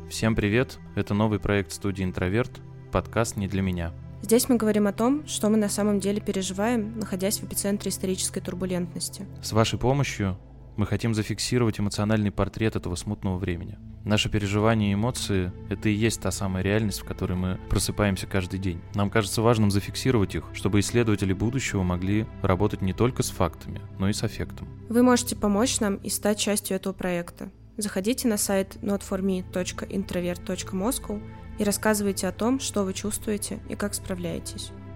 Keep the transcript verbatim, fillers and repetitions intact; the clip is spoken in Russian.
Всем привет! Это новый проект студии «Интроверт», подкаст «Не для меня». Здесь мы говорим о том, что мы на самом деле переживаем, находясь в эпицентре исторической турбулентности. С вашей помощью мы хотим зафиксировать эмоциональный портрет этого смутного времени. Наши переживания и эмоции — это и есть та самая реальность, в которой мы просыпаемся каждый день. Нам кажется важным зафиксировать их, чтобы исследователи будущего могли работать не только с фактами, но и с аффектом. Вы можете помочь нам и стать частью этого проекта. Заходите на сайт not for me точка introvert точка moscow и рассказывайте о том, что вы чувствуете и как справляетесь.